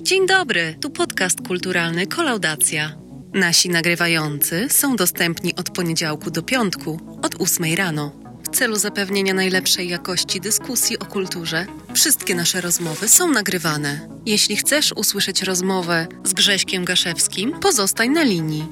Dzień dobry, tu podcast kulturalny Kolaudacja. Nasi nagrywający są dostępni od poniedziałku do piątku, od 8 rano. W celu zapewnienia najlepszej jakości dyskusji o kulturze, wszystkie nasze rozmowy są nagrywane. Jeśli chcesz usłyszeć rozmowę z Grześkiem Gaszewskim, pozostań na linii.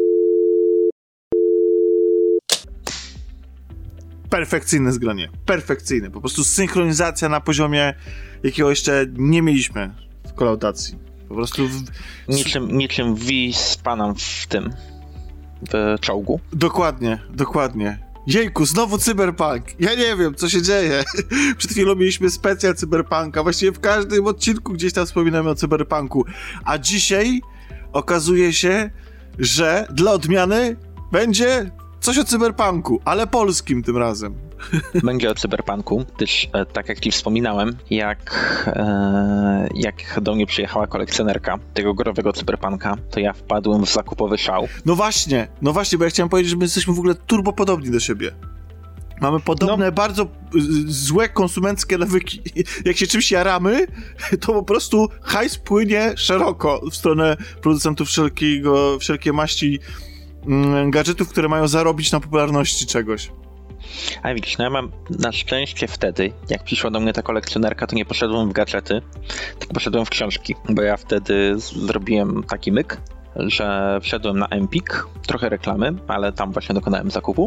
Perfekcyjne zgranie. Perfekcyjne. Po prostu synchronizacja na poziomie, jakiego jeszcze nie mieliśmy w kolaudacji. Po prostu... Niczym z panem w czołgu. Dokładnie. Jejku, znowu cyberpunk. Ja nie wiem, co się dzieje. Przed chwilą mieliśmy specjal cyberpunka. Właściwie w każdym odcinku gdzieś tam wspominamy o cyberpunku. A dzisiaj okazuje się, że dla odmiany będzie coś o cyberpunku, ale polskim tym razem. Będzie o cyberpunku, gdyż tak jak ci wspominałem, jak do mnie przyjechała kolekcjonerka tego growego cyberpunka, to ja wpadłem w zakupowy szał. No właśnie, bo ja chciałem powiedzieć, że my jesteśmy w ogóle turbopodobni do siebie. Mamy podobne, bardzo złe konsumenckie nawyki. Jak się czymś jaramy, to po prostu hajs płynie szeroko w stronę producentów wszelkiej maści gadżetów, które mają zarobić na popularności czegoś. A widzisz, no ja mam na szczęście wtedy, jak przyszła do mnie ta kolekcjonerka, to nie poszedłem w gadżety, tylko poszedłem w książki, bo ja wtedy zrobiłem taki myk, że wszedłem na Empik, trochę reklamy, ale tam właśnie dokonałem zakupu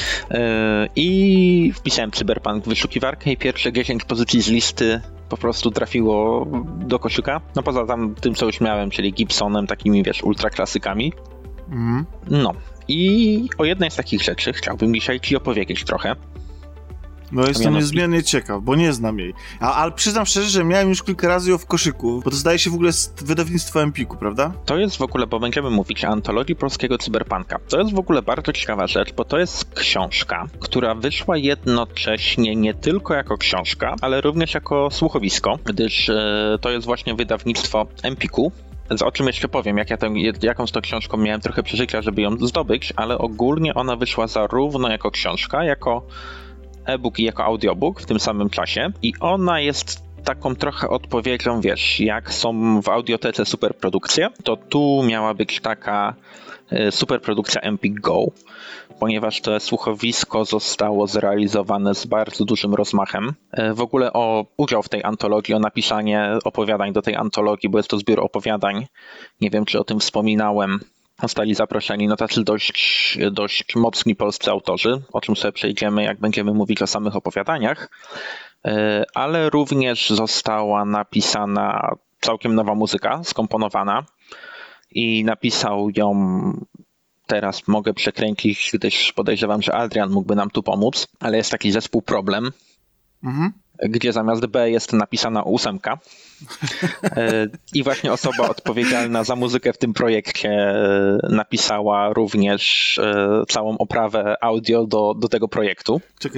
i wpisałem cyberpunk w wyszukiwarkę i pierwsze 10 pozycji z listy po prostu trafiło do koszyka. No poza tym, co już miałem, czyli Gibsonem, takimi ultraklasykami. No i o jednej z takich rzeczy chciałbym dzisiaj ci opowiedzieć trochę. No jestem niezmiernie ciekaw, bo nie znam jej. Ale przyznam szczerze, że miałem już kilka razy ją w koszyku, bo to zdaje się w ogóle z wydawnictwa Empiku, prawda? To jest w ogóle, bo będziemy mówić o antologii polskiego cyberpunka. To jest w ogóle bardzo ciekawa rzecz, bo to jest książka, która wyszła jednocześnie nie tylko jako książka, ale również jako słuchowisko, gdyż to jest właśnie wydawnictwo Empiku. O czym jeszcze powiem, jaką z tą książką miałem trochę przeżycia, żeby ją zdobyć, ale ogólnie ona wyszła zarówno jako książka, jako e-book i jako audiobook w tym samym czasie i ona jest taką trochę odpowiedzią, jak są w audiotece superprodukcje, to tu miała być taka superprodukcja Empik Go, ponieważ to słuchowisko zostało zrealizowane z bardzo dużym rozmachem. W ogóle o udział w tej antologii, o napisanie opowiadań do tej antologii, bo jest to zbiór opowiadań, nie wiem czy o tym wspominałem, zostali zaproszeni tacy dość mocni polscy autorzy, o czym sobie przejdziemy, jak będziemy mówić o samych opowiadaniach, ale również została napisana całkiem nowa muzyka, skomponowana i napisał ją, teraz mogę przekręcić, gdyż podejrzewam, że Adrian mógłby nam tu pomóc, ale jest taki zespół Problem, gdzie zamiast B jest napisana 8. I właśnie osoba odpowiedzialna za muzykę w tym projekcie napisała również całą oprawę audio do tego projektu. Czekaj.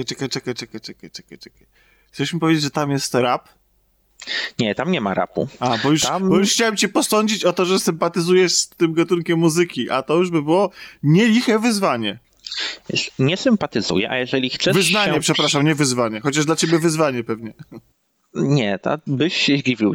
Chcesz mi powiedzieć, że tam jest rap? Nie, tam nie ma rapu. Bo już chciałem cię posądzić o to, że sympatyzujesz z tym gatunkiem muzyki, a to już by było nieliche wyzwanie. Nie sympatyzuję, a jeżeli chcesz... Wyznanie, przepraszam, nie wyzwanie. Chociaż dla ciebie wyzwanie pewnie. Nie, byś się zdziwił,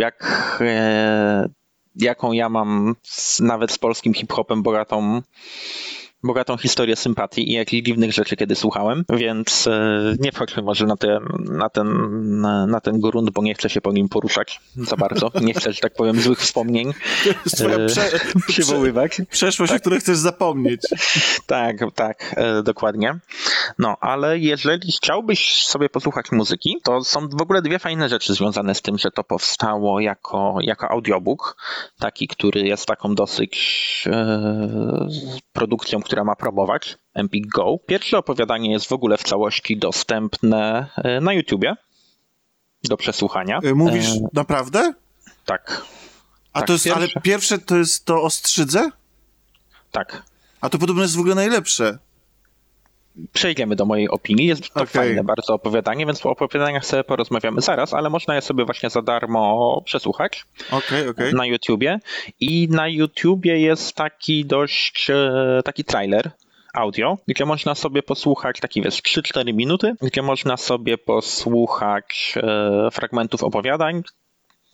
jaką ja mam nawet z polskim hip-hopem bogatą historię sympatii i jakichś dziwnych rzeczy, kiedy słuchałem, więc nie wchodźmy może na ten grunt, bo nie chcę się po nim poruszać za bardzo. Nie chcę, że tak powiem, złych wspomnień przywoływać. Przeszłość, tak. O której chcesz zapomnieć. Tak, dokładnie. No, ale jeżeli chciałbyś sobie posłuchać muzyki, to są w ogóle dwie fajne rzeczy związane z tym, że to powstało jako audiobook, taki, który jest taką dosyć produkcją, która ma promować, Empik Go. Pierwsze opowiadanie jest w ogóle w całości dostępne na YouTubie do przesłuchania. Mówisz naprawdę? Tak. To jest, ale pierwsze to jest to o Strzydze? Tak. A to podobno jest w ogóle najlepsze. Przejdziemy do mojej opinii. Jest to fajne bardzo opowiadanie, więc po opowiadaniach sobie porozmawiamy zaraz, ale można je sobie właśnie za darmo przesłuchać na YouTubie. I na YouTubie jest taki trailer audio, gdzie można sobie posłuchać, taki 3-4 minuty, gdzie można sobie posłuchać fragmentów opowiadań,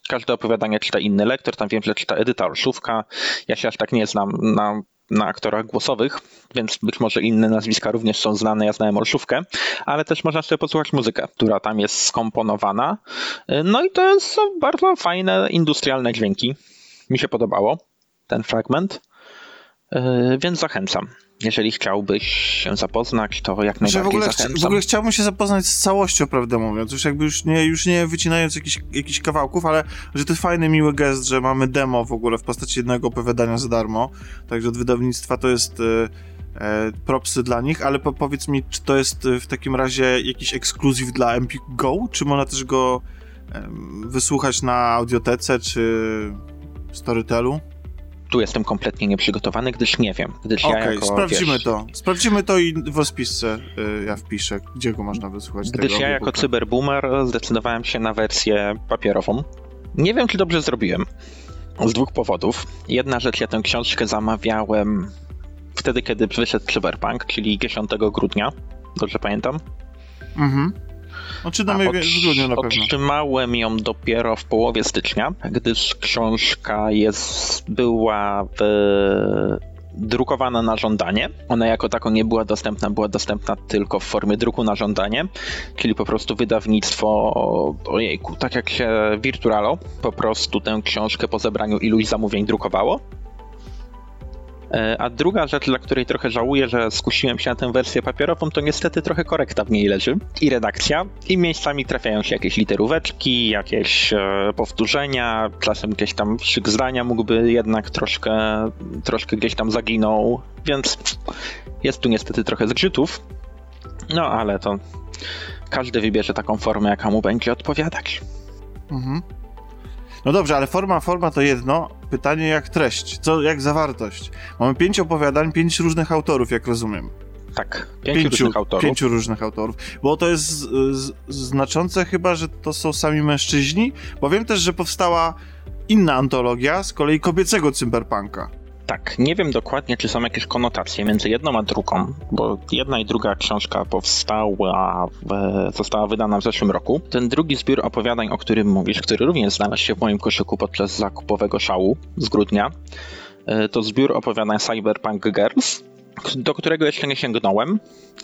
Każde opowiadanie czyta inny lektor, tam wiem, że czyta Edyta Olszówka. Ja się aż tak nie znam na aktorach głosowych, więc być może inne nazwiska również są znane, ja znałem Olszówkę, ale też można sobie posłuchać muzykę, która tam jest skomponowana. No i to są bardzo fajne, industrialne dźwięki. Mi się podobało ten fragment, więc zachęcam. Jeżeli chciałbyś się zapoznać, to jak najbardziej zachęcam. W ogóle chciałbym się zapoznać z całością, prawdę mówiąc. Już nie wycinając jakichś kawałków, ale że to jest fajny, miły gest, że mamy demo w ogóle w postaci jednego opowiadania za darmo. Także od wydawnictwa to jest propsy dla nich, ale powiedz mi, czy to jest w takim razie jakiś ekskluzyw dla Empik Go? Czy można też go wysłuchać na Audiotece, czy Storytelu? Tu jestem kompletnie nieprzygotowany, gdyż nie wiem. Okej, sprawdzimy to i w rozpisce ja wpiszę, gdzie go można wysłuchać. Gdyż ja jako cyberboomer zdecydowałem się na wersję papierową. Nie wiem, czy dobrze zrobiłem. Z 2 powodów. Jedna rzecz, ja tę książkę zamawiałem wtedy, kiedy wyszedł Cyberpunk, czyli 10 grudnia. Dobrze pamiętam? Mhm. Czytamy w grudniu na pewno. Otrzymałem ją dopiero w połowie stycznia, gdyż książka była drukowana na żądanie. Ona jako tako nie była dostępna tylko w formie druku na żądanie, czyli po prostu wydawnictwo, ojejku, tak jak się Virtualo, po prostu tę książkę po zebraniu iluś zamówień drukowało. A druga rzecz, dla której trochę żałuję, że skusiłem się na tę wersję papierową, to niestety trochę korekta w niej leży i redakcja, i miejscami trafiają się jakieś literóweczki, jakieś powtórzenia, czasem gdzieś tam szyk zdania mógłby jednak troszkę gdzieś tam zaginął, więc jest tu niestety trochę zgrzytów, no ale to każdy wybierze taką formę, jaka mu będzie odpowiadać. Mhm. No dobrze, ale forma to jedno. Pytanie jak treść, jak zawartość. Mamy 5 opowiadań, 5 różnych autorów, jak rozumiem. Tak, 5 różnych autorów. 5 różnych autorów. Bo to jest znaczące chyba, że to są sami mężczyźni, bo wiem też, że powstała inna antologia z kolei kobiecego cyberpunka. Tak, nie wiem dokładnie, czy są jakieś konotacje między jedną a drugą, bo jedna i druga książka została wydana w zeszłym roku. Ten drugi zbiór opowiadań, o którym mówisz, który również znalazł się w moim koszyku podczas zakupowego szału z grudnia, to zbiór opowiadań Cyberpunk Girls, do którego jeszcze nie sięgnąłem,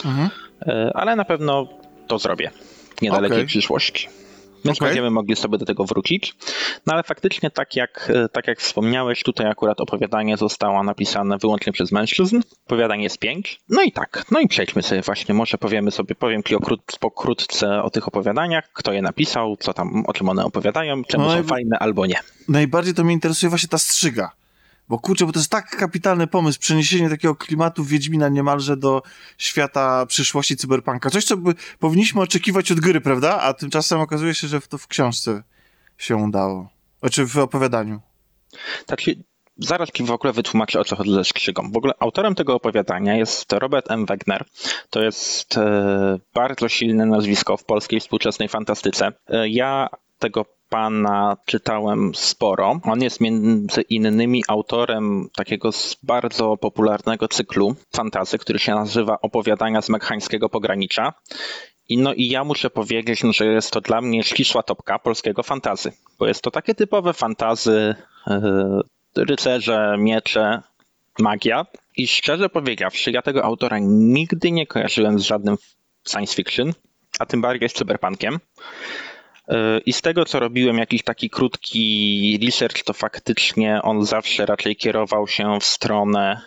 ale na pewno to zrobię w niedalekiej przyszłości. Więc będziemy mogli sobie do tego wrócić. No ale faktycznie, tak jak wspomniałeś, tutaj akurat opowiadanie zostało napisane wyłącznie przez mężczyzn. Opowiadanie jest 5. No i przejdźmy sobie właśnie, może powiem ci pokrótce o tych opowiadaniach, kto je napisał, co tam, o czym one opowiadają, czemu są fajne albo nie. Najbardziej to mnie interesuje właśnie ta strzyga. Bo kurczę, bo to jest tak kapitalny pomysł, przeniesienie takiego klimatu Wiedźmina niemalże do świata przyszłości cyberpunka. Coś, co powinniśmy oczekiwać od gry, prawda? A tymczasem okazuje się, że to w książce się udało. Czy w opowiadaniu. Znaczy, zaraz ci w ogóle wytłumaczę, o co chodzi ze strzygą. W ogóle autorem tego opowiadania jest Robert M. Wagner. To jest bardzo silne nazwisko w polskiej współczesnej fantastyce. Ja tego pana czytałem sporo. On jest między innymi autorem takiego bardzo popularnego cyklu fantasy, który się nazywa Opowiadania z Mekhańskiego Pogranicza. I ja muszę powiedzieć, że jest to dla mnie ścisła topka polskiego fantasy, bo jest to takie typowe fantasy, rycerze, miecze, magia. I szczerze powiedziawszy, ja tego autora nigdy nie kojarzyłem z żadnym science fiction, a tym bardziej z cyberpunkiem. I z tego, co robiłem, jakiś taki krótki research, to faktycznie on zawsze raczej kierował się w stronę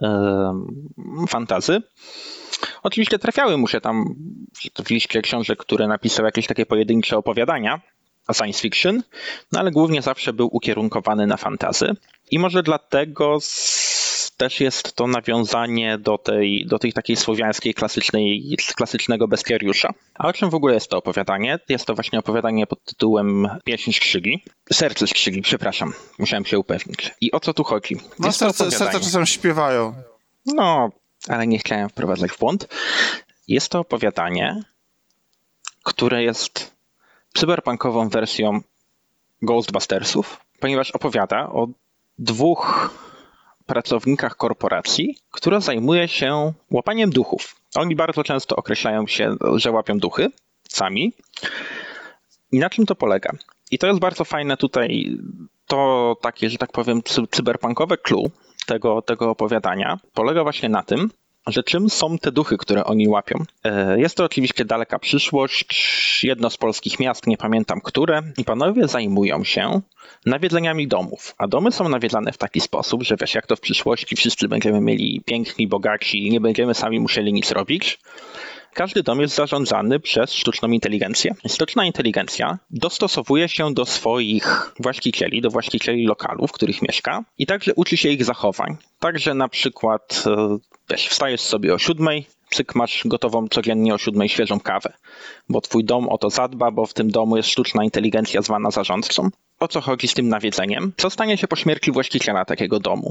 fantasy. Oczywiście trafiały mu się tam w liście książek, które napisał jakieś takie pojedyncze opowiadania o science fiction, no ale głównie zawsze był ukierunkowany na fantasy. I może dlatego też jest to nawiązanie do tej takiej słowiańskiej, klasycznego bestiariusza. A o czym w ogóle jest to opowiadanie? Jest to właśnie opowiadanie pod tytułem Pieśń Strzygi. Serce Strzygi, przepraszam. Musiałem się upewnić. I o co tu chodzi? No serca czasem śpiewają. No, ale nie chciałem wprowadzać w błąd. Jest to opowiadanie, które jest cyberpunkową wersją Ghostbustersów, ponieważ opowiada o 2 pracownikach korporacji, która zajmuje się łapaniem duchów. Oni bardzo często określają się, że łapią duchy sami. I na czym to polega? I to jest bardzo fajne tutaj, to takie, że tak powiem, cyberpunkowe clue tego opowiadania polega właśnie na tym, że czym są te duchy, które oni łapią. Jest to oczywiście daleka przyszłość, jedno z polskich miast, nie pamiętam które, i panowie zajmują się nawiedzeniami domów. A domy są nawiedzane w taki sposób, że wiesz, jak to w przyszłości wszyscy będziemy mieli piękni, bogaci, nie będziemy sami musieli nic robić. Każdy dom jest zarządzany przez sztuczną inteligencję. Sztuczna inteligencja dostosowuje się do swoich właścicieli, do właścicieli lokalu, w których mieszka i także uczy się ich zachowań. Także na przykład wiesz, wstajesz sobie o 7:00, cyk, masz gotową codziennie o 7:00 świeżą kawę, bo twój dom o to zadba, bo w tym domu jest sztuczna inteligencja zwana zarządcą. O co chodzi z tym nawiedzeniem? Co stanie się po śmierci właściciela takiego domu?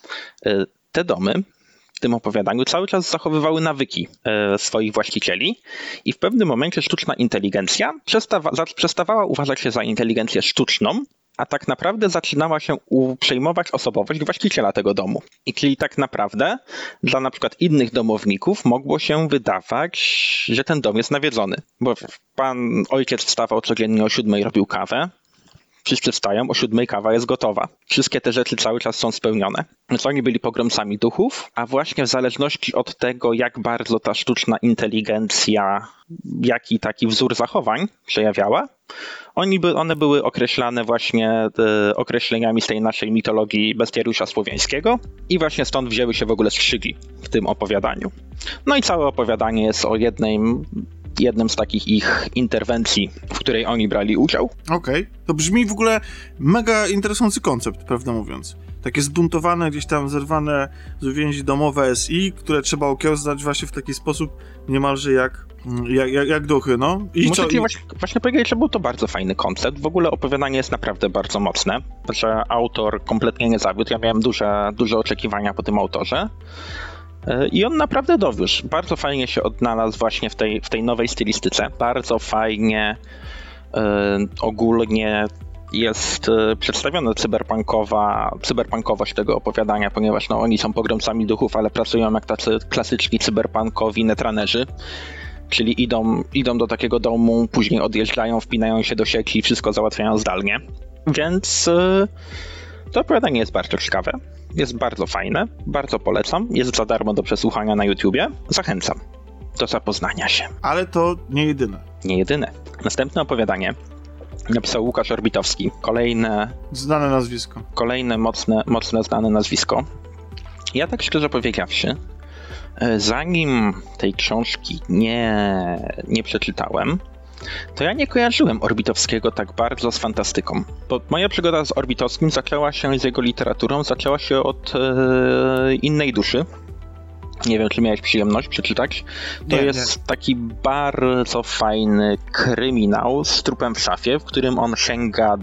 Te domy w tym opowiadaniu cały czas zachowywały nawyki swoich właścicieli i w pewnym momencie sztuczna inteligencja przestawała uważać się za inteligencję sztuczną, a tak naprawdę zaczynała się przejmować osobowość właściciela tego domu. I czyli tak naprawdę dla na przykład innych domowników mogło się wydawać, że ten dom jest nawiedzony. Bo pan ojciec wstawał codziennie o 7:00, robił kawę, wszyscy wstają, o 7:00 kawa jest gotowa. Wszystkie te rzeczy cały czas są spełnione. Więc oni byli pogromcami duchów, a właśnie w zależności od tego, jak bardzo ta sztuczna inteligencja, jaki taki wzór zachowań przejawiała, one były określane właśnie określeniami z tej naszej mitologii bestiariusza słowiańskiego i właśnie stąd wzięły się w ogóle strzygi w tym opowiadaniu. No i całe opowiadanie jest o jednym z takich ich interwencji, w której oni brali udział. Okej. To brzmi w ogóle mega interesujący koncept, prawdę mówiąc. Takie zbuntowane, gdzieś tam zerwane z uwięzi domowe SI, które trzeba okiełznać właśnie w taki sposób niemalże jak duchy, no. I muszę ci właśnie powiedzieć, że był to bardzo fajny koncept. W ogóle opowiadanie jest naprawdę bardzo mocne, że autor kompletnie nie zawiódł. Ja miałem duże oczekiwania po tym autorze. I on naprawdę dowiózł. Bardzo fajnie się odnalazł właśnie w tej nowej stylistyce. Bardzo fajnie ogólnie jest przedstawiona cyberpunkowość tego opowiadania, ponieważ no, oni są pogromcami duchów, ale pracują jak tacy klasyczni cyberpunkowi netranerzy. Czyli idą do takiego domu, później odjeżdżają, wpinają się do sieci i wszystko załatwiają zdalnie. Więc to opowiadanie jest bardzo ciekawe. Jest bardzo fajne, bardzo polecam. Jest za darmo do przesłuchania na YouTubie. Zachęcam do zapoznania się. Ale to nie jedyne. Nie jedyne. Następne opowiadanie napisał Łukasz Orbitowski. Znane nazwisko. Kolejne mocne znane nazwisko. Ja tak szczerze powiedziawszy, zanim tej książki nie przeczytałem, to ja nie kojarzyłem Orbitowskiego tak bardzo z fantastyką. Bo moja przygoda z Orbitowskim z jego literaturą zaczęła się od Innej duszy. Nie wiem, czy miałeś przyjemność przeczytać. To jest taki bardzo fajny kryminał z trupem w szafie, w którym on sięga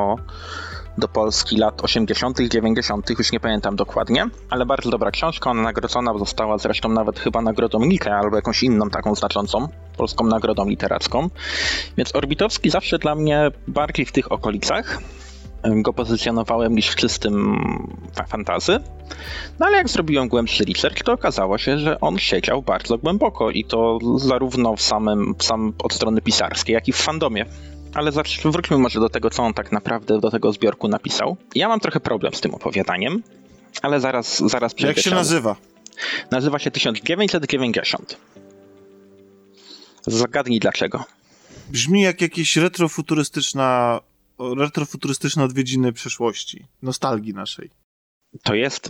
do Polski lat 80., 90., już nie pamiętam dokładnie, ale bardzo dobra książka, ona nagrodzona została zresztą nawet chyba nagrodą Nike albo jakąś inną taką znaczącą polską nagrodą literacką. Więc Orbitowski zawsze dla mnie bardziej w tych okolicach go pozycjonowałem niż w czystym fantasy. No ale jak zrobiłem głębszy research, to okazało się, że on siedział bardzo głęboko i to zarówno od strony pisarskiej, jak i w fandomie. Ale wróćmy może do tego, co on tak naprawdę do tego zbiorku napisał. Ja mam trochę problem z tym opowiadaniem, ale zaraz przejdę. Jak się nazywa? Nazywa się 1990. Zagadnij dlaczego. Brzmi jak jakieś retrofuturystyczne odwiedziny przeszłości, nostalgii naszej. To jest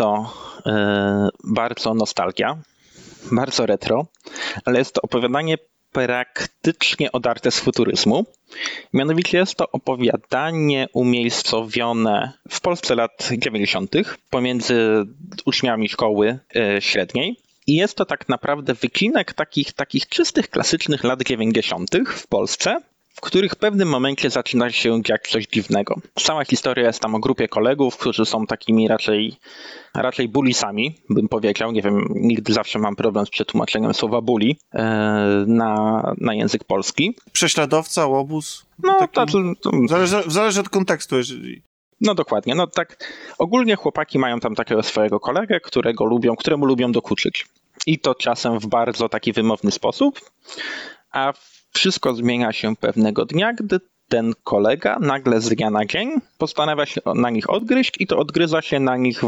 bardzo nostalgia, bardzo retro, ale jest to opowiadanie praktycznie odarte z futuryzmu. Mianowicie jest to opowiadanie umiejscowione w Polsce lat 90. pomiędzy uczniami szkoły średniej. I jest to tak naprawdę wycinek takich czystych, klasycznych lat 90. w Polsce, w których w pewnym momencie zaczyna się dziać coś dziwnego. Cała historia jest tam o grupie kolegów, którzy są takimi raczej bullisami, bym powiedział. Nie wiem, nigdy zawsze mam problem z przetłumaczeniem słowa bully na język polski. Prześladowca, łobuz? No, Zależy od kontekstu, jeżeli... No dokładnie. No tak, ogólnie chłopaki mają tam takiego swojego kolegę, któremu lubią dokuczyć. I to czasem w bardzo taki wymowny sposób, a wszystko zmienia się pewnego dnia, gdy ten kolega nagle z dnia na dzień postanawia się na nich odgryźć i to odgryza się na nich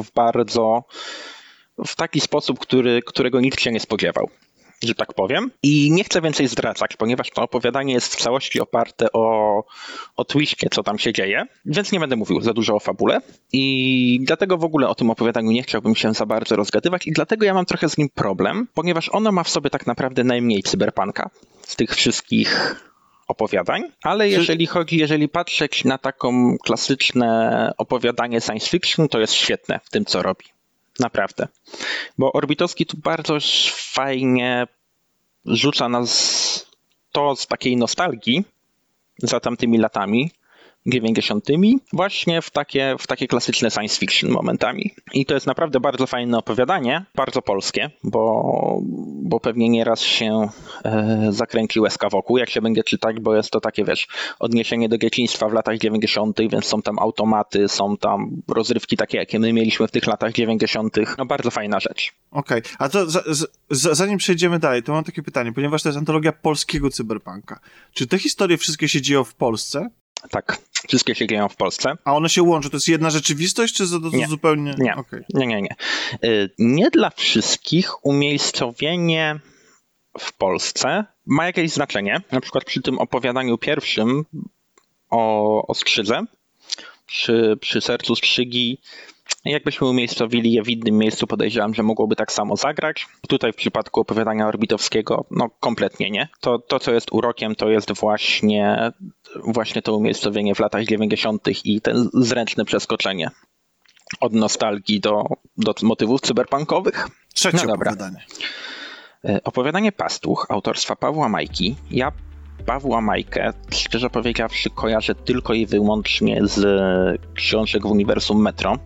w taki sposób, którego nikt się nie spodziewał, że tak powiem. I nie chcę więcej zdradzać, ponieważ to opowiadanie jest w całości oparte o twistie, co tam się dzieje, więc nie będę mówił za dużo o fabule i dlatego w ogóle o tym opowiadaniu nie chciałbym się za bardzo rozgadywać i dlatego ja mam trochę z nim problem, ponieważ ono ma w sobie tak naprawdę najmniej cyberpunka z tych wszystkich opowiadań, ale jeżeli patrzeć na taką klasyczne opowiadanie science fiction, to jest świetne w tym, co robi. Naprawdę. Bo Orbitowski tu bardzo fajnie rzuca nas to z takiej nostalgii za tamtymi latami 90. właśnie w takie klasyczne science fiction momentami. I to jest naprawdę bardzo fajne opowiadanie, bardzo polskie, bo pewnie nieraz się zakręci łezka wokół, jak się będzie czytać, bo jest to takie, odniesienie do dzieciństwa w latach 90., więc są tam automaty, są tam rozrywki takie, jakie my mieliśmy w tych latach 90. No bardzo fajna rzecz. Okej, a to zanim przejdziemy dalej, to mam takie pytanie, ponieważ to jest antologia polskiego cyberpunka. Czy te historie wszystkie się dzieją w Polsce? Tak, wszystkie się dzieją w Polsce. A one się łączą? To jest jedna rzeczywistość, czy to zupełnie... Nie. Okay. Nie. Nie dla wszystkich umiejscowienie w Polsce ma jakieś znaczenie. Na przykład przy tym opowiadaniu pierwszym o skrzydze, przy sercu strzygi, jakbyśmy umiejscowili je w innym miejscu, podejrzewam, że mogłoby tak samo zagrać. Tutaj w przypadku opowiadania Orbitowskiego, no kompletnie nie. To co jest urokiem, to jest właśnie to umiejscowienie w latach 90. i ten zręczne przeskoczenie od nostalgii do motywów cyberpunkowych. Trzecie opowiadanie. Opowiadanie Pastuch autorstwa Pawła Majki. Ja Pawła Majkę, szczerze powiedziawszy, kojarzę tylko i wyłącznie z książek w uniwersum Metro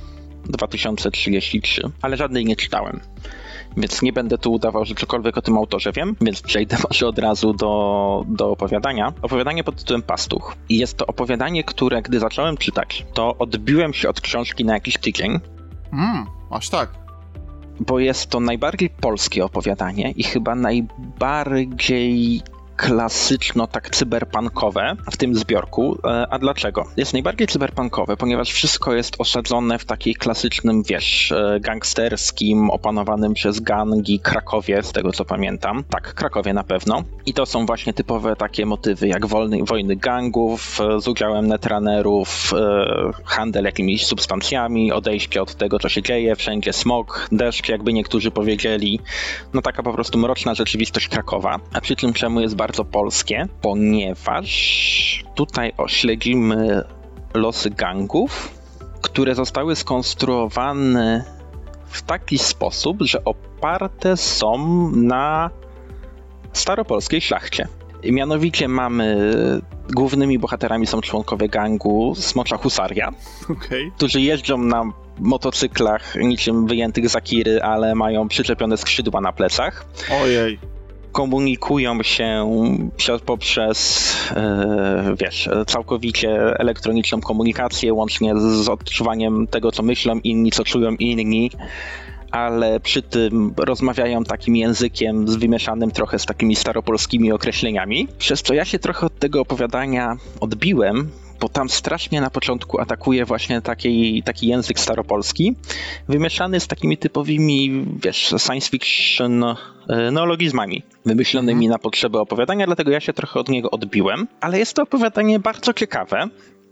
2033, ale żadnej nie czytałem. Więc nie będę tu udawał, że cokolwiek o tym autorze wiem, więc przejdę może od razu do opowiadania. Opowiadanie pod tytułem Pastuch. I jest to opowiadanie, które gdy zacząłem czytać, to odbiłem się od książki na jakiś tydzień. Aż tak. Bo jest to najbardziej polskie opowiadanie i chyba najbardziej klasyczno tak cyberpunkowe w tym zbiorku. A dlaczego? Jest najbardziej cyberpunkowe, ponieważ wszystko jest osadzone w takiej klasycznym, gangsterskim, opanowanym przez gangi Krakowie, z tego co pamiętam. Tak, Krakowie na pewno. I to są właśnie typowe takie motywy jak wojny gangów z udziałem netrunnerów, handel jakimiś substancjami, odejście od tego, co się dzieje, wszędzie smog, deszcz, jakby niektórzy powiedzieli. No taka po prostu mroczna rzeczywistość Krakowa. A przy tym czemu jest bardzo polskie, ponieważ tutaj śledzimy losy gangów, które zostały skonstruowane w taki sposób, że oparte są na staropolskiej szlachcie. Mianowicie głównymi bohaterami są członkowie gangu Smocza Husaria, którzy jeżdżą na motocyklach niczym wyjętych z Akiry, ale mają przyczepione skrzydła na plecach. Ojej. Komunikują się poprzez całkowicie elektroniczną komunikację, łącznie z odczuwaniem tego, co myślą inni, co czują inni, ale przy tym rozmawiają takim językiem wymieszanym trochę z takimi staropolskimi określeniami, przez co ja się trochę od tego opowiadania odbiłem, bo tam strasznie na początku atakuje właśnie taki język staropolski, wymieszany z takimi typowymi, science fiction neologizmami, wymyślonymi na potrzeby opowiadania, dlatego ja się trochę od niego odbiłem, ale jest to opowiadanie bardzo ciekawe,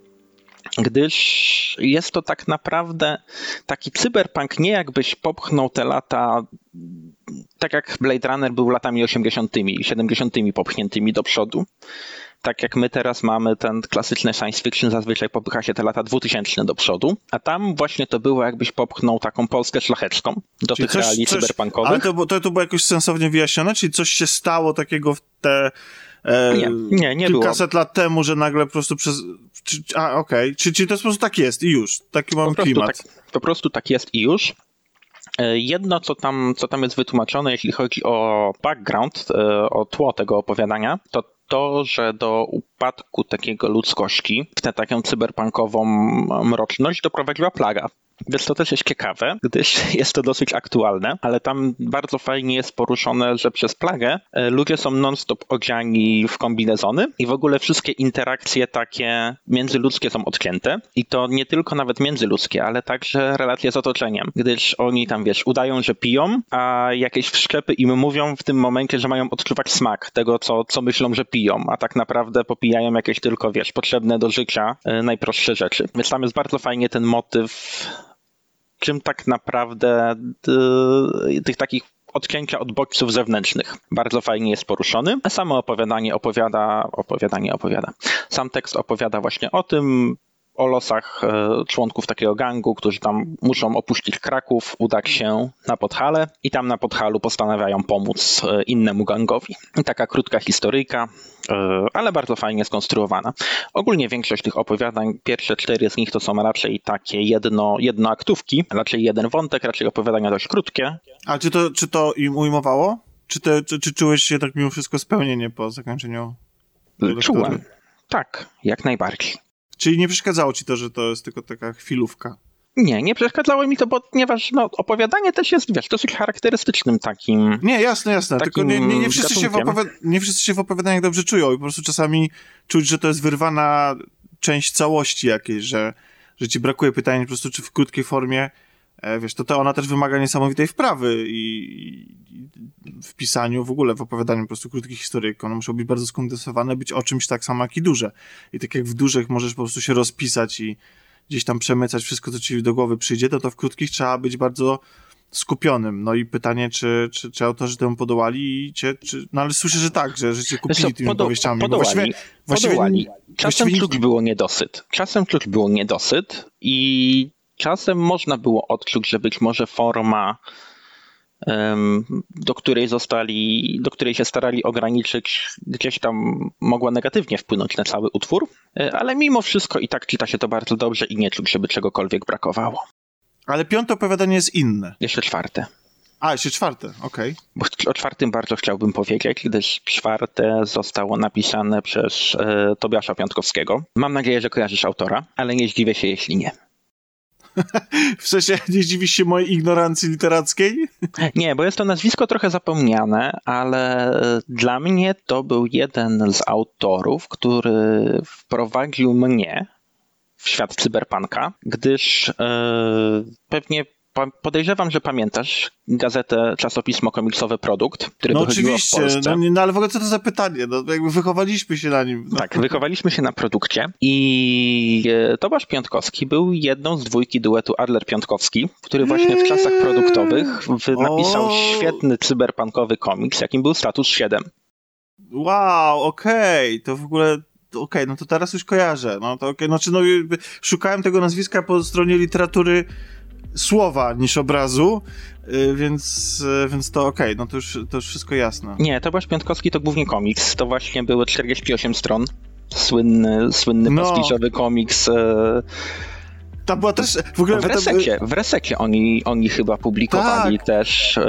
gdyż jest to tak naprawdę taki cyberpunk, nie jakbyś popchnął te lata, tak jak Blade Runner był latami 80., 70. popchniętymi do przodu. Tak jak my teraz mamy ten klasyczny science fiction, zazwyczaj popycha się te lata 2000 do przodu, a tam właśnie to było jakbyś popchnął taką Polskę szlachecką do tych reali cyberpunkowych. Ale to było jakoś sensownie wyjaśnione? Czyli coś się stało takiego w te... nie kilkaset lat temu, że nagle po prostu Czyli to po prostu tak jest i już. Taki mamy klimat. Po prostu tak jest i już. Jedno, co tam jest wytłumaczone, jeśli chodzi o background, o tło tego opowiadania, to, że do upadku takiego ludzkości w tę taką cyberpunkową mroczność doprowadziła plaga. Wiesz, to też jest ciekawe, gdyż jest to dosyć aktualne, ale tam bardzo fajnie jest poruszone, że przez plagę ludzie są non-stop odziani w kombinezony i w ogóle wszystkie interakcje takie międzyludzkie są odcięte i to nie tylko nawet międzyludzkie, ale także relacje z otoczeniem, gdyż oni tam, wiesz, udają, że piją, a jakieś wszczepy im mówią w tym momencie, że mają odczuwać smak tego, co myślą, że piją, a tak naprawdę popijają jakieś tylko, wiesz, potrzebne do życia najprostsze rzeczy. Więc tam jest bardzo fajnie ten motyw, czym tak naprawdę tych takich odcięcia od bodźców zewnętrznych bardzo fajnie jest poruszony. A samo opowiadanie opowiada. Sam tekst opowiada właśnie o tym, o losach członków takiego gangu, którzy tam muszą opuścić Kraków, udać się na Podhalę i tam na Podhalu postanawiają pomóc innemu gangowi. I taka krótka historyjka, ale bardzo fajnie skonstruowana. Ogólnie większość tych opowiadań, pierwsze 4 z nich to są raczej takie jednoaktówki, raczej jeden wątek, raczej opowiadania dość krótkie. A czy to im ujmowało? Czy czułeś się tak mimo wszystko spełnienie po zakończeniu? Czułem. Tak, jak najbardziej. Czyli nie przeszkadzało ci to, że to jest tylko taka chwilówka? Nie przeszkadzało mi to, ponieważ opowiadanie też jest, wiesz, dosyć charakterystycznym takim... Nie, jasne. Tylko nie wszyscy się w opowiadaniach dobrze czują i po prostu czasami czuć, że to jest wyrwana część całości jakiejś, że ci brakuje pytania po prostu, czy w krótkiej formie, wiesz, to ona też wymaga niesamowitej wprawy i w pisaniu, w ogóle w opowiadaniu po prostu krótkich historyjek. One muszą być bardzo skondensowane, być o czymś tak samo jak i duże. I tak jak w dużych możesz po prostu się rozpisać i gdzieś tam przemycać wszystko, co ci do głowy przyjdzie, to w krótkich trzeba być bardzo skupionym. No i pytanie, czy autorzy temu podołali no ale słyszę, że tak, że cię kupili tymi powieściami. Podołali. Czasem czuć było niedosyt i czasem można było odczuć, że być może forma, do której się starali ograniczyć, gdzieś tam mogła negatywnie wpłynąć na cały utwór, ale mimo wszystko i tak czyta się to bardzo dobrze i nie czuć, żeby czegokolwiek brakowało. Ale 5. opowiadanie jest inne. Jeszcze 4. Jeszcze 4, okej. Bo o 4 bardzo chciałbym powiedzieć, gdyż 4 zostało napisane przez Tobiasza Piątkowskiego. Mam nadzieję, że kojarzysz autora, ale nie zdziwię się, jeśli nie. W sensie nie zdziwisz się mojej ignorancji literackiej? Nie, bo jest to nazwisko trochę zapomniane, ale dla mnie to był jeden z autorów, który wprowadził mnie w świat cyberpunka, gdyż pewnie podejrzewam, że pamiętasz gazetę, czasopismo komiksowe Produkt, które wychodziło w Polsce. No ale w ogóle co to za pytanie? No, jakby wychowaliśmy się na nim. No. Tak, wychowaliśmy się na Produkcie i Tomasz Piątkowski był jedną z 2 duetu Adler-Piątkowski, który właśnie w czasach produktowych napisał świetny cyberpunkowy komiks, jakim był Status 7. Wow, okej, to w ogóle... Okej, no to teraz już kojarzę. No to okej, znaczy szukałem tego nazwiska po stronie literatury słowa niż obrazu, więc to okej, no to już wszystko jasne. Nie, Tomasz Piątkowski to głównie komiks, to właśnie były 48 stron, słynny pastiżowy komiks. Ta była też w ogóle... W Resecie oni chyba publikowali też...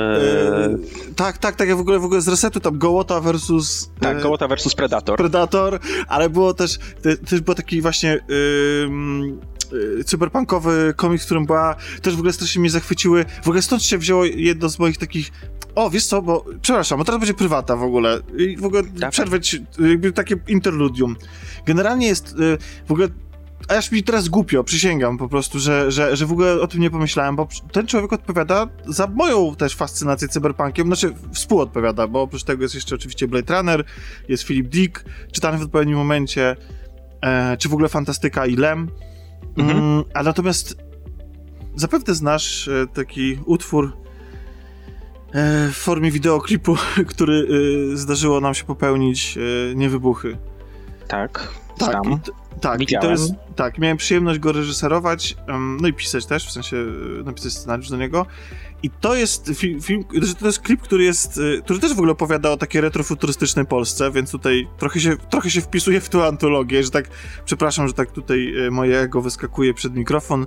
Tak, ja w ogóle z Resetu tam Gołota versus... Tak, Gołota versus Predator, ale było też był taki właśnie... cyberpunkowy komiks, w którym też w ogóle strasznie mnie zachwyciły. W ogóle stąd się wzięło jedno z moich takich... wiesz co, bo... Przepraszam, bo teraz będzie prywata w ogóle. I w ogóle przerwę ci, jakby takie interludium. Generalnie jest w ogóle... A aż mi teraz głupio, przysięgam po prostu, że w ogóle o tym nie pomyślałem, bo ten człowiek odpowiada za moją też fascynację cyberpunkiem, znaczy współodpowiada, bo oprócz tego jest jeszcze oczywiście Blade Runner, jest Philip Dick, czytany w odpowiednim momencie, czy w ogóle Fantastyka i Lem. A natomiast zapewne znasz taki utwór w formie wideoklipu, który zdarzyło nam się popełnić, Niewybuchy. Tak, znam. Tak, i to jest, miałem przyjemność go reżyserować, no i pisać też, w sensie napisać scenariusz do niego. I to jest film, to jest klip, który też w ogóle opowiada o takiej retrofuturystycznej Polsce, więc tutaj trochę się wpisuje w tę antologię, że tak, przepraszam, że tak tutaj moje ego wyskakuje przed mikrofon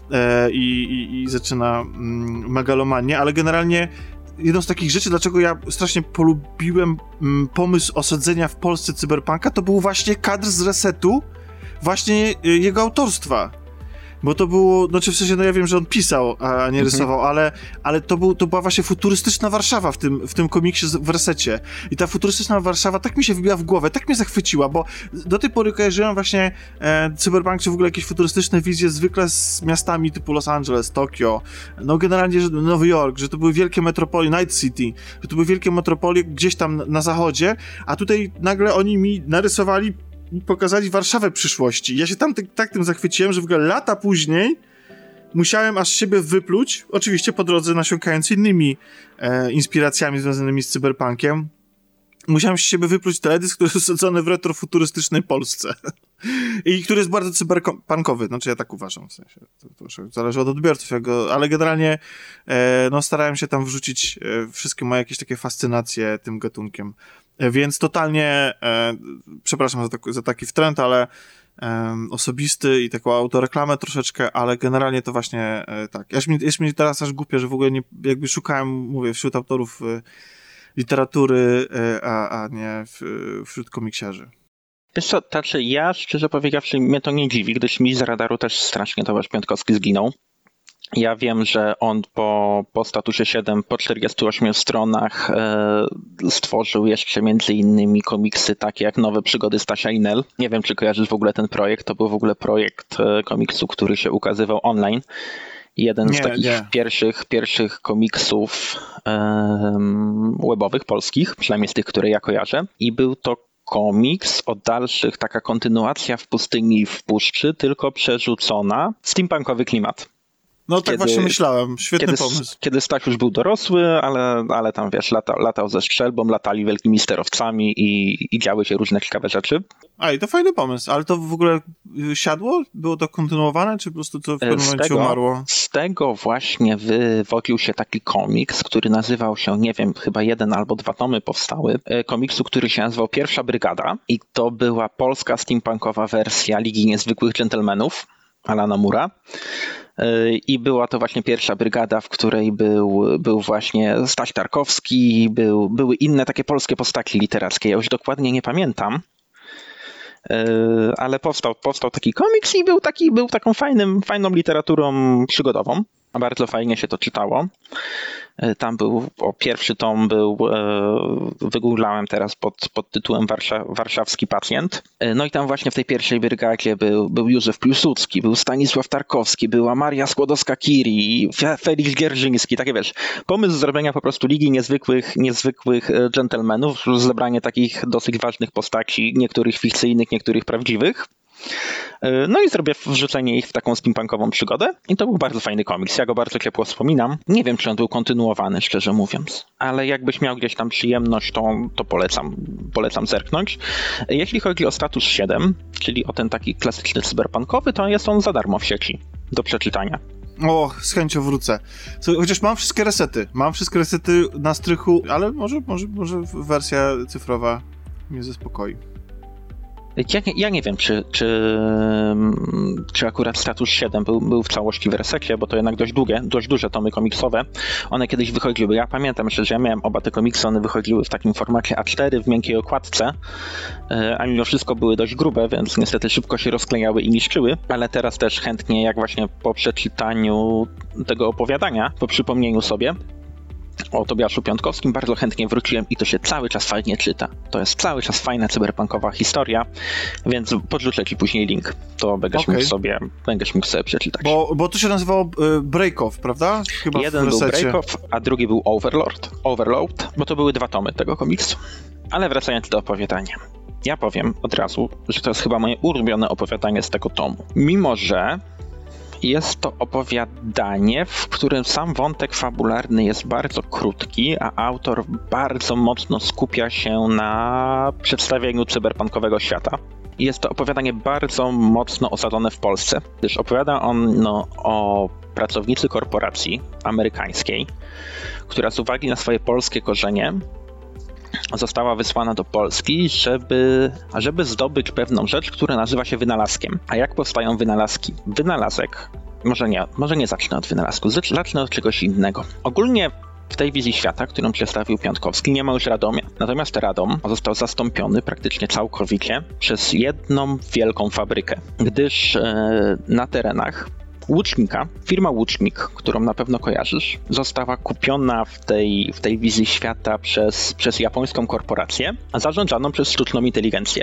i zaczyna megalomanię, ale generalnie jedną z takich rzeczy, dlaczego ja strasznie polubiłem pomysł osadzenia w Polsce cyberpunka, to był właśnie kadr z Resetu, właśnie jego autorstwa. Bo to było, znaczy w sensie, no ja wiem, że on pisał, a nie rysował, ale to była właśnie futurystyczna Warszawa w tym komiksie w Resecie. I ta futurystyczna Warszawa tak mi się wbiła w głowę, tak mnie zachwyciła, bo do tej pory kojarzyłem właśnie cyberpunk, czy w ogóle jakieś futurystyczne wizje zwykle z miastami typu Los Angeles, Tokio, no generalnie że Nowy Jork, że to były wielkie metropolie, Night City, że to były wielkie metropolie gdzieś tam na zachodzie, a tutaj nagle oni mi narysowali i pokazali Warszawę przyszłości. Ja się tam tak tym zachwyciłem, że w ogóle lata później musiałem aż siebie wypluć, oczywiście po drodze nasiąkając innymi inspiracjami związanymi z cyberpunkiem. Musiałem z siebie wypluć teledysk, który jest osadzony w retrofuturystycznej Polsce. I który jest bardzo cyberpunkowy. Znaczy ja tak uważam, w sensie. To zależy od odbiorców, ale generalnie no, starałem się tam wrzucić wszystkie moje jakieś takie fascynacje tym gatunkiem. Więc totalnie, przepraszam za taki wtręt, ale osobisty i taką autoreklamę troszeczkę, ale generalnie to właśnie tak. Jest mi teraz aż głupio, że w ogóle nie, jakby szukałem, mówię, wśród autorów literatury, a nie wśród komiksiarzy. Wiesz co, znaczy ja szczerze powiedziawszy mnie to nie dziwi, gdyż mi z radaru też strasznie Tomasz Piątkowski zginął. Ja wiem, że on po statusie 7, po 48 stronach stworzył jeszcze między innymi komiksy takie jak Nowe przygody Stasia i Nel. Nie wiem, czy kojarzysz w ogóle ten projekt. To był w ogóle projekt komiksu, który się ukazywał online. Jeden z takich pierwszych komiksów webowych polskich, przynajmniej z tych, które ja kojarzę. I był to komiks o dalszych, taka kontynuacja w pustyni i w puszczy, tylko przerzucona w steampunkowy klimat. No tak właśnie myślałem, świetny pomysł. Kiedy Stach już był dorosły, ale tam wiesz, latał ze strzelbą, latali wielkimi sterowcami i działy się różne ciekawe rzeczy. I to fajny pomysł, ale to w ogóle siadło? Było to kontynuowane, czy po prostu to w pewnym momencie umarło? Z tego właśnie wywodził się taki komiks, który nazywał się, nie wiem, chyba 1 albo 2 tomy powstały, komiksu, który się nazywał Pierwsza Brygada i to była polska steampunkowa wersja Ligi Niezwykłych Dżentelmenów Alana Moore'a. I była to właśnie Pierwsza Brygada, w której był właśnie Staś Tarkowski, były inne takie polskie postaci literackie. Ja już dokładnie nie pamiętam, ale powstał taki komiks i był taką fajną literaturą przygodową. Bardzo fajnie się to czytało. Tam pierwszy tom wygooglałem teraz pod tytułem Warszawski Pacjent. No i tam właśnie w tej Pierwszej Brygadzie był Józef Piłsudski, był Stanisław Tarkowski, była Maria Skłodowska-Curie, Felix Gierżyński, takie wiesz, pomysł zrobienia po prostu Ligi Niezwykłych Dżentelmenów, zebranie takich dosyć ważnych postaci, niektórych fikcyjnych, niektórych prawdziwych. No i zrobię wrzucenie ich w taką steampunkową przygodę i to był bardzo fajny komiks, ja go bardzo ciepło wspominam. Nie wiem, czy on był kontynuowany, szczerze mówiąc, ale jakbyś miał gdzieś tam przyjemność, to polecam zerknąć. Jeśli chodzi o status 7, czyli o ten taki klasyczny cyberpunkowy, to jest on za darmo w sieci do przeczytania. O, z chęcią wrócę. Chociaż mam wszystkie resety na strychu, ale może wersja cyfrowa mnie zaspokoi. Ja nie wiem, czy akurat status 7 był w całości w resecie, bo to jednak dość duże tomy komiksowe. One kiedyś wychodziły. Ja pamiętam jeszcze, że ja miałem oba te komiksy, one wychodziły w takim formacie A4 w miękkiej okładce, a mimo wszystko były dość grube, więc niestety szybko się rozklejały i niszczyły, ale teraz też chętnie, jak właśnie po przeczytaniu tego opowiadania, po przypomnieniu sobie o Tobiaszu Piątkowskim, bardzo chętnie wróciłem i to się cały czas fajnie czyta. To jest cały czas fajna cyberpunkowa historia, więc podrzucę ci później link. To będziesz mógł sobie przeczytać. Bo to się nazywało Break-Off, prawda? Chyba jeden był Break-Off, a drugi był Overload, bo to były 2 tomy tego komiksu. Ale wracając do opowiadania. Ja powiem od razu, że to jest chyba moje ulubione opowiadanie z tego tomu. Mimo że jest to opowiadanie, w którym sam wątek fabularny jest bardzo krótki, a autor bardzo mocno skupia się na przedstawieniu cyberpunkowego świata. Jest to opowiadanie bardzo mocno osadzone w Polsce, gdyż opowiada on o pracownicy korporacji amerykańskiej, która z uwagi na swoje polskie korzenie została wysłana do Polski, żeby zdobyć pewną rzecz, która nazywa się wynalazkiem. A jak powstają wynalazki? Wynalazek, może nie zacznę od wynalazku, zacznę od czegoś innego. Ogólnie w tej wizji świata, którą przedstawił Piątkowski, nie ma już Radomia. Natomiast Radom został zastąpiony praktycznie całkowicie przez jedną wielką fabrykę, gdyż na terenach Łucznika. Firma Łucznik, którą na pewno kojarzysz, została kupiona w tej wizji świata przez japońską korporację, zarządzaną przez sztuczną inteligencję.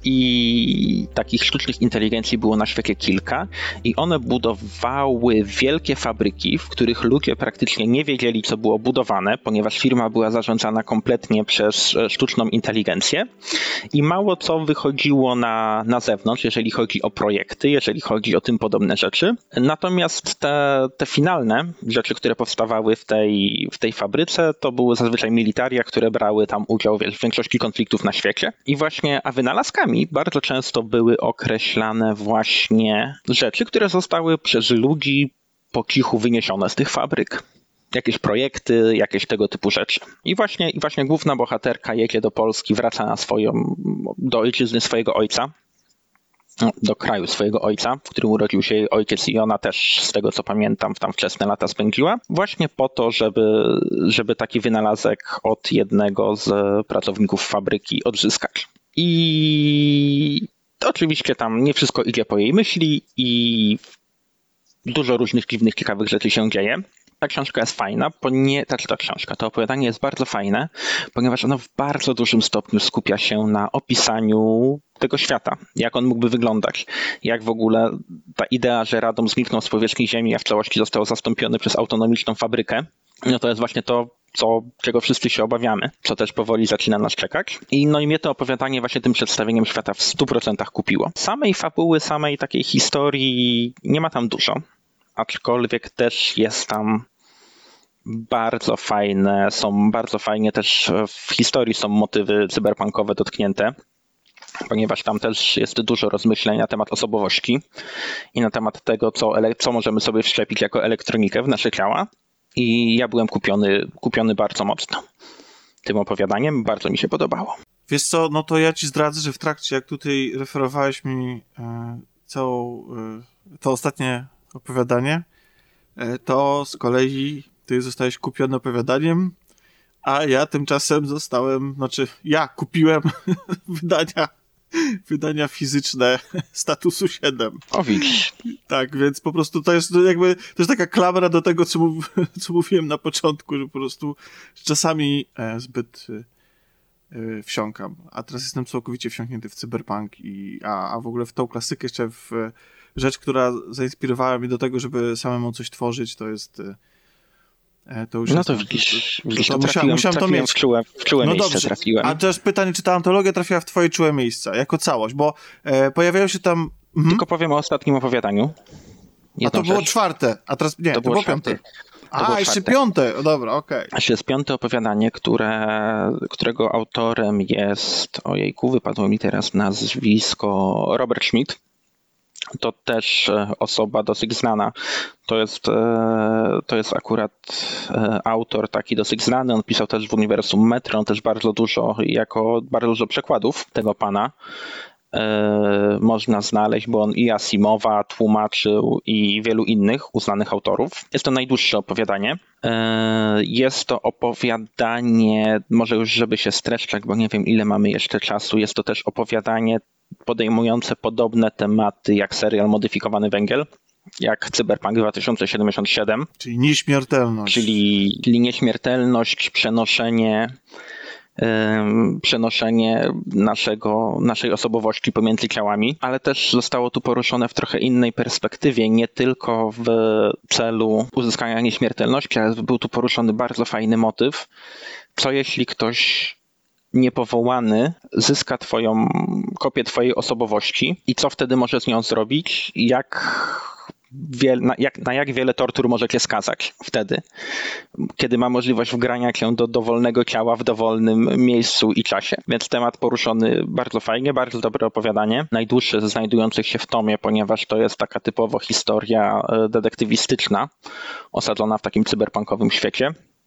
I takich sztucznych inteligencji było na świecie kilka i one budowały wielkie fabryki, w których ludzie praktycznie nie wiedzieli, co było budowane, ponieważ firma była zarządzana kompletnie przez sztuczną inteligencję i mało co wychodziło na zewnątrz, jeżeli chodzi o projekty, jeżeli chodzi o tym podobne rzeczy. Natomiast te finalne rzeczy, które powstawały w tej fabryce, to były zazwyczaj militaria, które brały tam udział w większości konfliktów na świecie. I właśnie, a wynalazkami bardzo często były określane właśnie rzeczy, które zostały przez ludzi po cichu wyniesione z tych fabryk. Jakieś projekty, jakieś tego typu rzeczy. I właśnie główna bohaterka jedzie do Polski, wraca do ojczyzny swojego ojca, do kraju swojego ojca, w którym urodził się jej ojciec i ona też, z tego co pamiętam, tam wczesne lata spędziła, właśnie po to, żeby taki wynalazek od jednego z pracowników fabryki odzyskać. I oczywiście tam nie wszystko idzie po jej myśli i dużo różnych dziwnych, ciekawych rzeczy się dzieje. Ta książka jest fajna, to opowiadanie jest bardzo fajne, ponieważ ono w bardzo dużym stopniu skupia się na opisaniu tego świata, jak on mógłby wyglądać, jak w ogóle ta idea, że Radom zniknął z powierzchni Ziemi, a w całości został zastąpiony przez autonomiczną fabrykę, no to jest właśnie to, czego wszyscy się obawiamy, co też powoli zaczyna nas czekać. I mnie to opowiadanie właśnie tym przedstawieniem świata w 100% kupiło. Samej fabuły, samej takiej historii nie ma tam dużo, aczkolwiek też jest tam bardzo fajnie też w historii są motywy cyberpunkowe dotknięte, ponieważ tam też jest dużo rozmyśleń na temat osobowości i na temat tego, co możemy sobie wszczepić jako elektronikę w nasze ciała. I ja byłem kupiony bardzo mocno tym opowiadaniem. Bardzo mi się podobało. Wiesz co, no to ja ci zdradzę, że w trakcie, jak tutaj referowałeś mi to ostatnie opowiadanie, to z kolei ty zostałeś kupiony opowiadaniem, a ja tymczasem kupiłem wydania fizyczne statusu 7. O, widzisz. Tak, więc po prostu to jest taka klamra do tego, co mówiłem na początku, że po prostu czasami zbyt wsiąkam, a teraz jestem całkowicie wsiąknięty w cyberpunk a w ogóle w tą klasykę jeszcze w rzecz, która zainspirowała mnie do tego, żeby samemu coś tworzyć, to jest to już no to widzisz, musiałem to mieć. W czułe miejsce dobrze. trafiłem. A teraz pytanie, czy ta antologia trafiła w twoje czułe miejsca, jako całość, bo pojawiają się tam... Tylko powiem o ostatnim opowiadaniu. A to było czwarte, a teraz nie, to było piąte. Jeszcze piąte, dobra, okej. Jeszcze jest piąte opowiadanie, którego autorem jest, ojejku, wypadło mi teraz nazwisko, Robert Schmidt. To też osoba dosyć znana. To jest akurat autor taki dosyć znany. On pisał też w uniwersum Metro, on też bardzo dużo przekładów tego pana można znaleźć, bo on i Asimowa tłumaczył i wielu innych uznanych autorów. Jest to najdłuższe opowiadanie. Jest to opowiadanie, może już żeby się streszczać, bo nie wiem ile mamy jeszcze czasu, jest to też opowiadanie podejmujące podobne tematy jak serial Modyfikowany Węgiel, jak Cyberpunk 2077. Czyli nieśmiertelność. Czyli nieśmiertelność, przenoszenie naszej osobowości pomiędzy ciałami, ale też zostało tu poruszone w trochę innej perspektywie, nie tylko w celu uzyskania nieśmiertelności, ale był tu poruszony bardzo fajny motyw. Co jeśli ktoś niepowołany zyska kopię twojej osobowości i co wtedy może z nią zrobić? Na jak wiele tortur może cię skazać wtedy, kiedy ma możliwość wgrania cię do dowolnego ciała w dowolnym miejscu i czasie. Więc temat poruszony bardzo fajnie, bardzo dobre opowiadanie. Najdłuższe ze znajdujących się w tomie, ponieważ to jest taka typowo historia detektywistyczna, osadzona w takim cyberpunkowym świecie.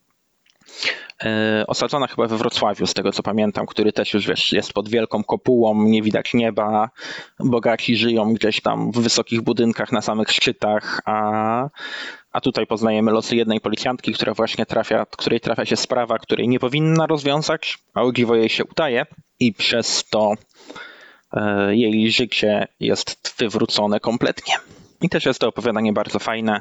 Osadzona chyba we Wrocławiu, z tego co pamiętam, który też już jest pod wielką kopułą, nie widać nieba, bogaci żyją gdzieś tam w wysokich budynkach na samych szczytach, a tutaj poznajemy losy jednej policjantki, której trafia się sprawa, której nie powinna rozwiązać, a o dziwo jej się udaje i przez to jej życie jest wywrócone kompletnie. I też jest to opowiadanie bardzo fajne.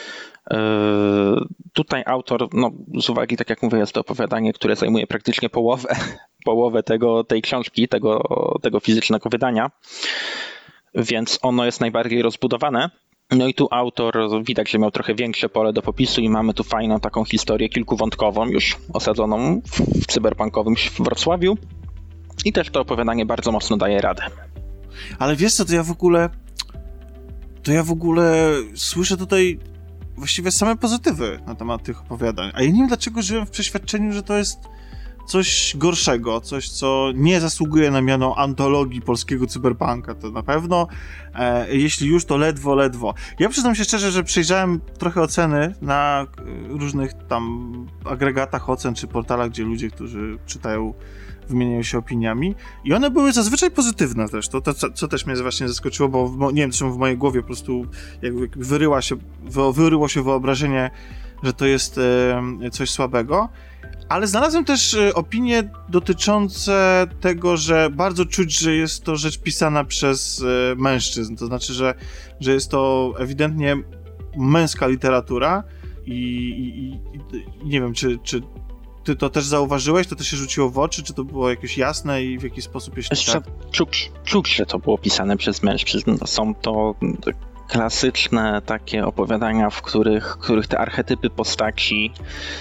Tutaj autor, z uwagi, tak jak mówię, jest to opowiadanie, które zajmuje praktycznie połowę tej książki, tego fizycznego wydania, więc ono jest najbardziej rozbudowane. No i tu autor widać, że miał trochę większe pole do popisu i mamy tu fajną taką historię kilkuwątkową, już osadzoną w cyberpunkowym Wrocławiu. I też to opowiadanie bardzo mocno daje radę. Ale wiesz co, to ja w ogóle słyszę tutaj właściwie same pozytywy na temat tych opowiadań. A ja nie wiem, dlaczego żyłem w przeświadczeniu, że to jest coś gorszego, coś, co nie zasługuje na miano antologii polskiego cyberpunka. To na pewno, jeśli już, to ledwo. Ja przyznam się szczerze, że przejrzałem trochę oceny na różnych tam agregatach ocen czy portalach, gdzie ludzie, którzy czytają, wymieniają się opiniami i one były zazwyczaj pozytywne też, to co też mnie właśnie zaskoczyło, bo nie wiem, czemu w mojej głowie po prostu jakby wyryło się wyobrażenie, że to jest coś słabego, ale znalazłem też opinie dotyczące tego, że bardzo czuć, że jest to rzecz pisana przez mężczyzn, to znaczy, że jest to ewidentnie męska literatura i nie wiem, czy ty to też zauważyłeś? To też się rzuciło w oczy? Czy to było jakieś jasne i w jaki sposób, jeśli tak? Czuć, że to było pisane przez mężczyzn. Są to klasyczne takie opowiadania, w których te archetypy postaci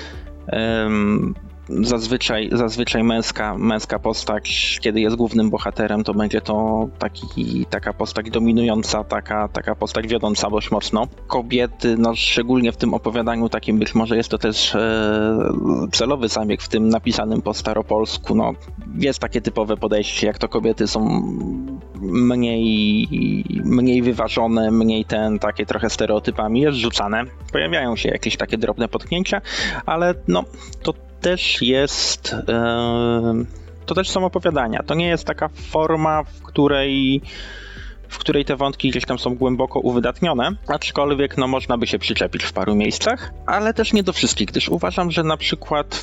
zazwyczaj męska postać, kiedy jest głównym bohaterem, to będzie to taka postać dominująca, taka postać wiodąca dość mocno. Kobiety, szczególnie w tym opowiadaniu takim, być może jest to też celowy zabieg w tym napisanym po staropolsku, jest takie typowe podejście, jak to kobiety są mniej wyważone, takie trochę stereotypami, jest rzucane. Pojawiają się jakieś takie drobne potknięcia, ale to też jest, to też są opowiadania. To nie jest taka forma, w której te wątki gdzieś tam są głęboko uwydatnione, aczkolwiek można by się przyczepić w paru miejscach, ale też nie do wszystkich, gdyż uważam, że na przykład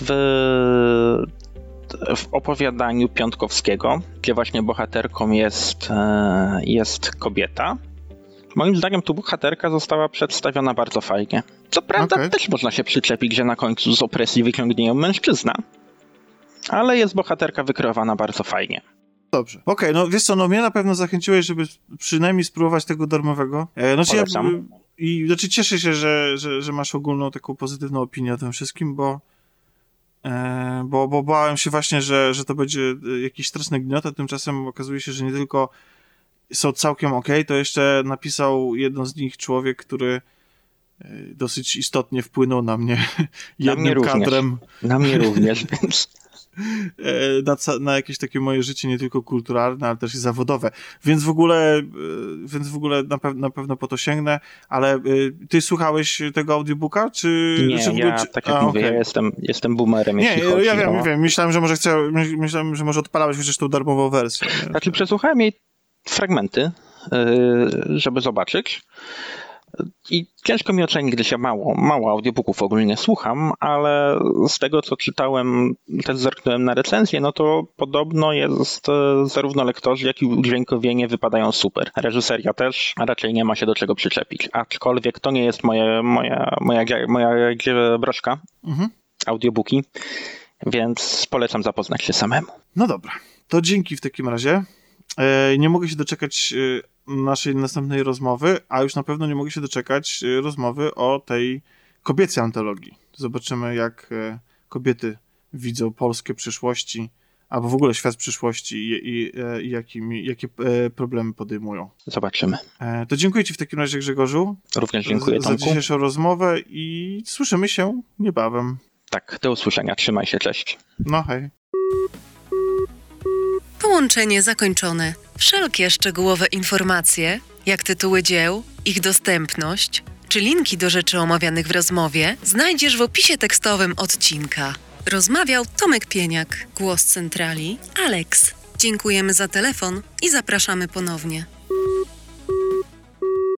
w opowiadaniu Piątkowskiego, gdzie właśnie bohaterką jest kobieta, moim zdaniem tu bohaterka została przedstawiona bardzo fajnie. Co prawda też można się przyczepić, że na końcu z opresji wyciągnie ją mężczyzna, ale jest bohaterka wykreowana bardzo fajnie. Dobrze. Okej, wiesz co, mnie na pewno zachęciłeś, żeby przynajmniej spróbować tego darmowego. Cieszę się, że masz ogólną taką pozytywną opinię o tym wszystkim, bo bałem się właśnie, że to będzie jakiś straszny gniot, a tymczasem okazuje się, że nie tylko są całkiem okej, to jeszcze napisał jedno z nich człowiek, który dosyć istotnie wpłynął na mnie jednym kadrem. Na mnie również, więc... na jakieś takie moje życie nie tylko kulturalne, ale też i zawodowe. Więc w ogóle na pewno po to sięgnę, ale ty słuchałeś tego audiobooka, czy... Nie, tak jak mówię, ja jestem boomerem, jeśli chodzi. Ja wiem. Myślałem, że może odpalałeś chociaż tą darmową wersję. Znaczy przesłuchałem jej fragmenty, żeby zobaczyć. I ciężko mi ocenić, gdyż ja mało audiobooków ogólnie słucham, ale z tego, co czytałem, też zerknąłem na recenzję, to podobno jest zarówno lektorzy, jak i udźwiękowienie wypadają super. Reżyseria też, a raczej nie ma się do czego przyczepić. Aczkolwiek to nie jest moja broszka, audiobooki, więc polecam zapoznać się samemu. No dobra, to dzięki w takim razie. Nie mogę się doczekać naszej następnej rozmowy, a już na pewno nie mogę się doczekać rozmowy o tej kobiecej antologii. Zobaczymy, jak kobiety widzą polskie przyszłości, albo w ogóle świat przyszłości i jakie problemy podejmują. Zobaczymy. To dziękuję ci w takim razie, Grzegorzu. Również dziękuję, Tomku. Za dzisiejszą rozmowę i słyszymy się niebawem. Tak, do usłyszenia. Trzymaj się, cześć. Hej. Połączenie zakończone. Wszelkie szczegółowe informacje, jak tytuły dzieł, ich dostępność, czy linki do rzeczy omawianych w rozmowie, znajdziesz w opisie tekstowym odcinka. Rozmawiał Tomek Pieniak, głos centrali, Alex. Dziękujemy za telefon i zapraszamy ponownie.